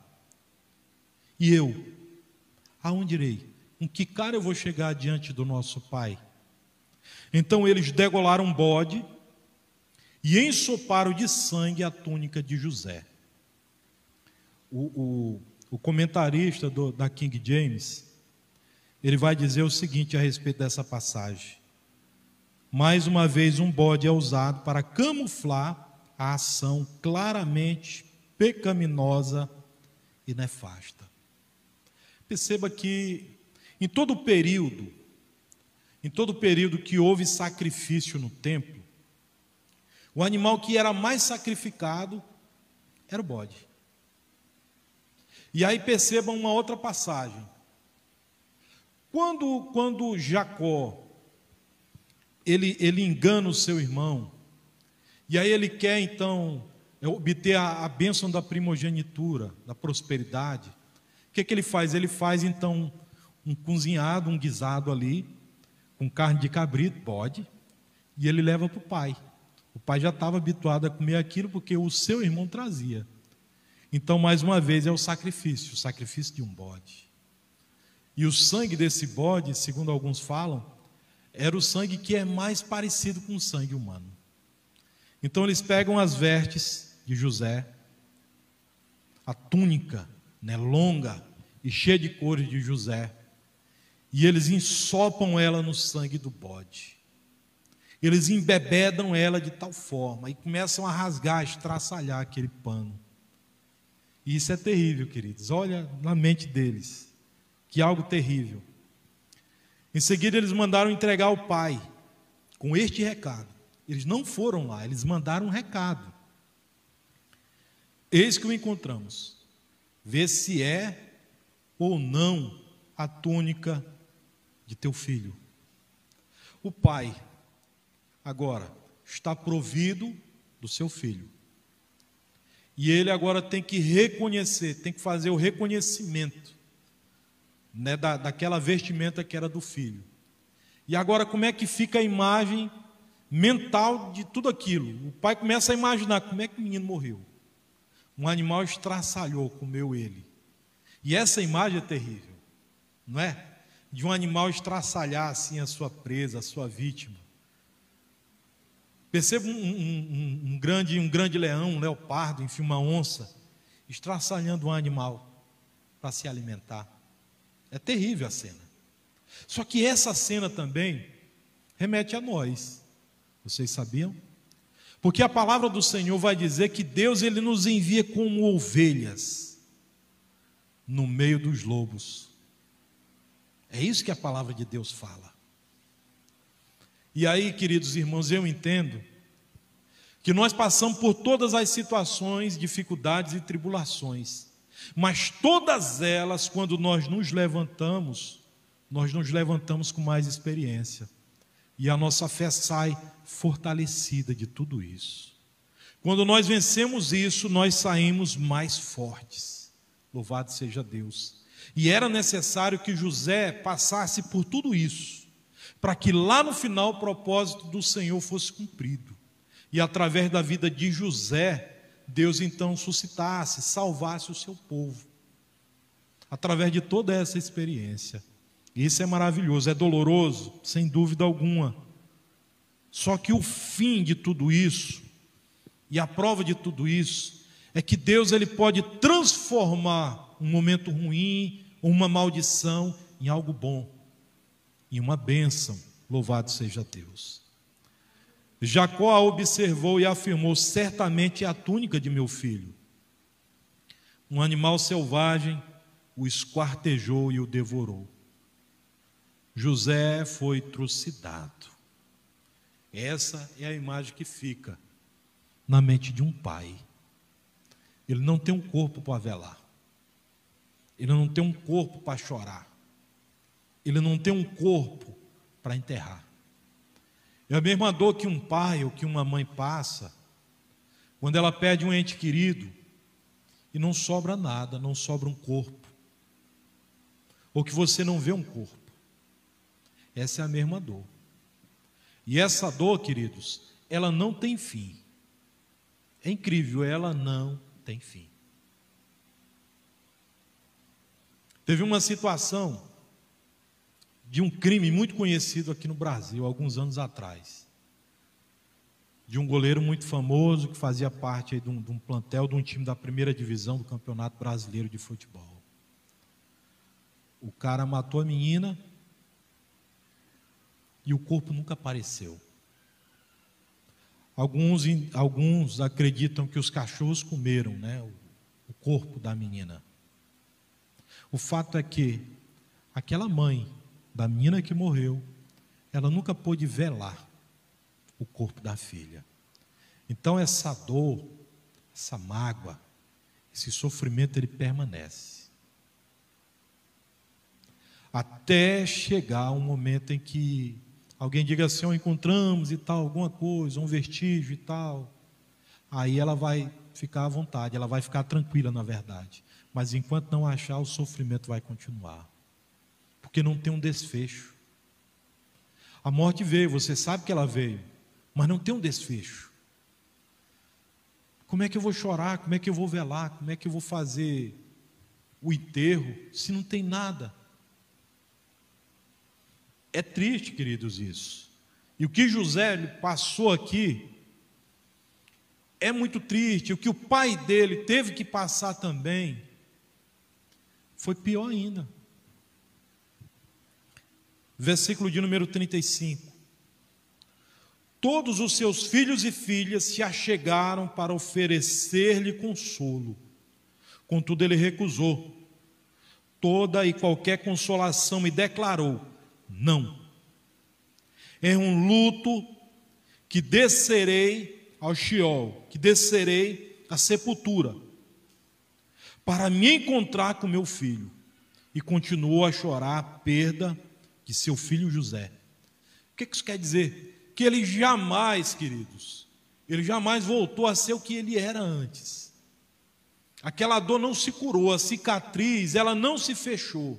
E eu, aonde irei? Com que cara eu vou chegar diante do nosso pai? Então eles degolaram um bode e ensoparam de sangue a túnica de José. O, o, o comentarista do, da King James, ele vai dizer o seguinte a respeito dessa passagem: mais uma vez um bode é usado para camuflar a ação claramente pecaminosa e nefasta. Perceba que em todo o período, em todo o período que houve sacrifício no templo, o animal que era mais sacrificado era o bode. E aí percebam uma outra passagem. Quando, quando Jacó, ele, ele engana o seu irmão, e aí ele quer então obter a, a bênção da primogenitura, da prosperidade, o que, que ele faz? Ele faz então um cozinhado, um guisado ali, com carne de cabrito, bode, e ele leva para o pai. O pai já estava habituado a comer aquilo porque o seu irmão trazia. Então, mais uma vez, é o sacrifício, o sacrifício de um bode. E o sangue desse bode, segundo alguns falam, era o sangue que é mais parecido com o sangue humano. Então, eles pegam as vestes de José, a túnica, né, longa e cheia de cores de José, e eles ensopam ela no sangue do bode. eles embebedam ela de tal forma e começam a rasgar, a estraçalhar aquele pano. E isso é terrível, queridos. Olha na mente deles, que algo terrível. Em seguida eles mandaram entregar ao pai com este recado. Eles não foram lá, eles mandaram um recado. Eis que o encontramos. Vê se é ou não a túnica de teu filho. O pai, agora, está provido do seu filho. E ele agora tem que reconhecer, tem que fazer o reconhecimento, né, da, daquela vestimenta que era do filho. E agora como é que fica a imagem mental de tudo aquilo? O pai começa a imaginar como é que o menino morreu. Um animal estraçalhou, comeu ele. E essa imagem é terrível, não é? De um animal estraçalhar assim a sua presa, a sua vítima. Perceba um, um, um, um, grande, um grande leão, um leopardo, enfim, uma onça, estraçalhando um animal para se alimentar. É terrível a cena. Só que essa cena também remete a nós. Vocês sabiam? Porque a palavra do Senhor vai dizer que Deus ele nos envia como ovelhas no meio dos lobos. É isso que a palavra de Deus fala. E aí, queridos irmãos, eu entendo que nós passamos por todas as situações, dificuldades e tribulações, mas todas elas, quando nós nos levantamos, nós nos levantamos com mais experiência. E a nossa fé sai fortalecida de tudo isso. Quando nós vencemos isso, nós saímos mais fortes. Louvado seja Deus. E era necessário que José passasse por tudo isso, para que lá no final o propósito do Senhor fosse cumprido. E através da vida de José, Deus então suscitasse, salvasse o seu povo. Através de toda essa experiência. Isso é maravilhoso, é doloroso, sem dúvida alguma. Só que o fim de tudo isso, e a prova de tudo isso, é que Deus ele pode transformar um momento ruim, uma maldição, em algo bom, em uma bênção. Louvado seja Deus. Jacó a observou e afirmou: certamente é a túnica de meu filho. Um animal selvagem o esquartejou e o devorou. José foi trucidado. Essa é a imagem que fica na mente de um pai. Ele não tem um corpo para velar. Ele não tem um corpo para chorar. Ele não tem um corpo para enterrar. É a mesma dor que um pai ou que uma mãe passa quando ela perde um ente querido e não sobra nada, não sobra um corpo. Ou que você não vê um corpo. Essa é a mesma dor. E essa dor, queridos, ela não tem fim. É incrível, ela não tem fim. Teve uma situação de um crime muito conhecido aqui no Brasil, alguns anos atrás. De um goleiro muito famoso que fazia parte aí de, um, de um plantel de um time da primeira divisão do Campeonato Brasileiro de Futebol. O cara matou a menina e o corpo nunca apareceu. Alguns, alguns acreditam que os cachorros comeram, né, o, o corpo da menina. O fato é que aquela mãe da menina que morreu, ela nunca pôde velar o corpo da filha. Então essa dor, essa mágoa, esse sofrimento, ele permanece. Até chegar um momento em que alguém diga assim: oh, encontramos e tal, alguma coisa, um vestígio e tal. Aí ela vai ficar à vontade, ela vai ficar tranquila na verdade. Mas enquanto não achar, o sofrimento vai continuar. Porque não tem um desfecho. A morte veio, você sabe que ela veio, mas não tem um desfecho. Como é que eu vou chorar? Como é que eu vou velar? Como é que eu vou fazer o enterro se não tem nada? É triste, queridos, isso. E o que José passou aqui é muito triste. O que o pai dele teve que passar também foi pior ainda. Versículo de número trinta e cinco. todos os seus filhos e filhas se achegaram para oferecer-lhe consolo. Contudo, ele recusou toda e qualquer consolação e declarou: não. É um luto que descerei ao Sheol, que descerei à sepultura, para me encontrar com meu filho. E continuou a chorar a perda de seu filho José. O que isso quer dizer? Que ele jamais, queridos, ele jamais voltou a ser o que ele era antes. Aquela dor não se curou, a cicatriz, ela não se fechou.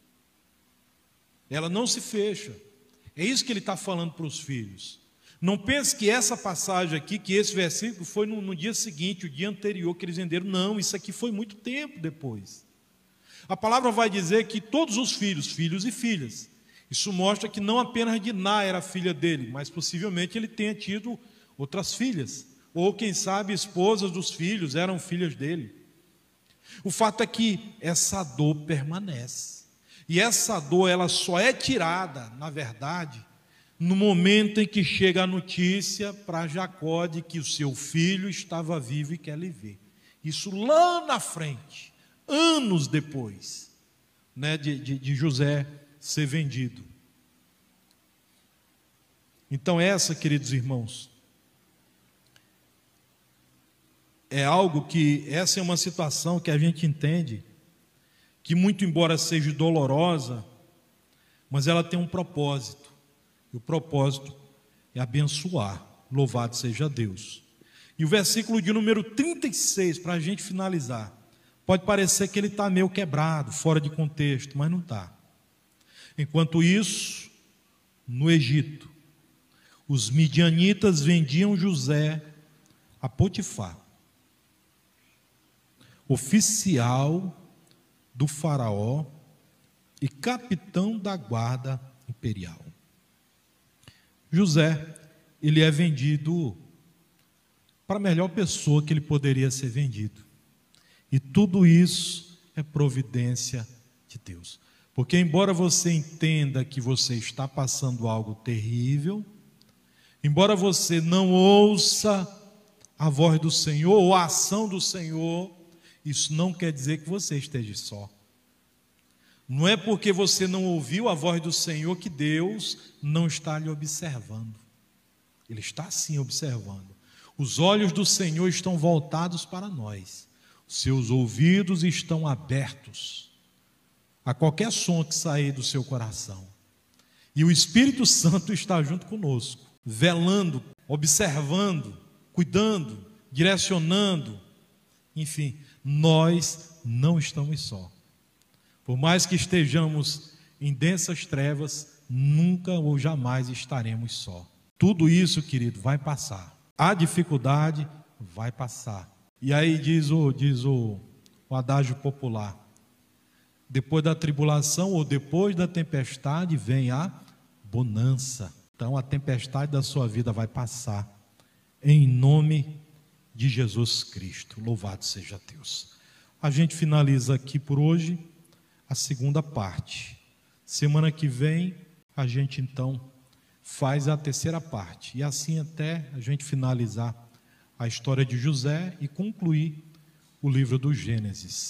Ela não se fecha. É isso que ele está falando para os filhos. Não pense que essa passagem aqui, que esse versículo foi no, no dia seguinte, o dia anterior que eles venderam. Não, isso aqui foi muito tempo depois. A palavra vai dizer que todos os filhos, filhos e filhas. Isso mostra que não apenas Diná era filha dele, mas possivelmente ele tenha tido outras filhas. Ou quem sabe esposas dos filhos eram filhas dele. O fato é que essa dor permanece. E essa dor ela só é tirada, na verdade, no momento em que chega a notícia para Jacó de que o seu filho estava vivo e quer lhe ver. Isso lá na frente, anos depois, né, de, de, de José ser vendido. Então essa, queridos irmãos, é algo que, essa é uma situação que a gente entende, que muito embora seja dolorosa, mas ela tem um propósito, e o propósito é abençoar, louvado seja Deus. E o versículo de número trinta e seis, para a gente finalizar, pode parecer que ele está meio quebrado, fora de contexto, mas não está. Enquanto isso, no Egito, os midianitas vendiam José a Potifar, oficial do faraó e capitão da guarda imperial. José, ele é vendido para a melhor pessoa que ele poderia ser vendido. E tudo isso é providência de Deus. Porque embora você entenda que você está passando algo terrível, embora você não ouça a voz do Senhor ou a ação do Senhor, isso não quer dizer que você esteja só. Não é porque você não ouviu a voz do Senhor que Deus não está lhe observando. Ele está sim observando. Os olhos do Senhor estão voltados para nós. Seus ouvidos estão abertos a qualquer som que sair do seu coração. E o Espírito Santo está junto conosco, velando, observando, cuidando, direcionando. Enfim, nós não estamos só. Por mais que estejamos em densas trevas, nunca ou jamais estaremos só. Tudo isso, querido, vai passar. A dificuldade vai passar. E aí diz o, diz o, o adágio popular: depois da tribulação ou depois da tempestade vem a bonança. Então a tempestade da sua vida vai passar, em nome de Jesus Cristo. Louvado seja Deus. A gente finaliza aqui por hoje a segunda parte. Semana que vem a gente então faz a terceira parte, e assim até a gente finalizar a história de José e concluir o livro do Gênesis.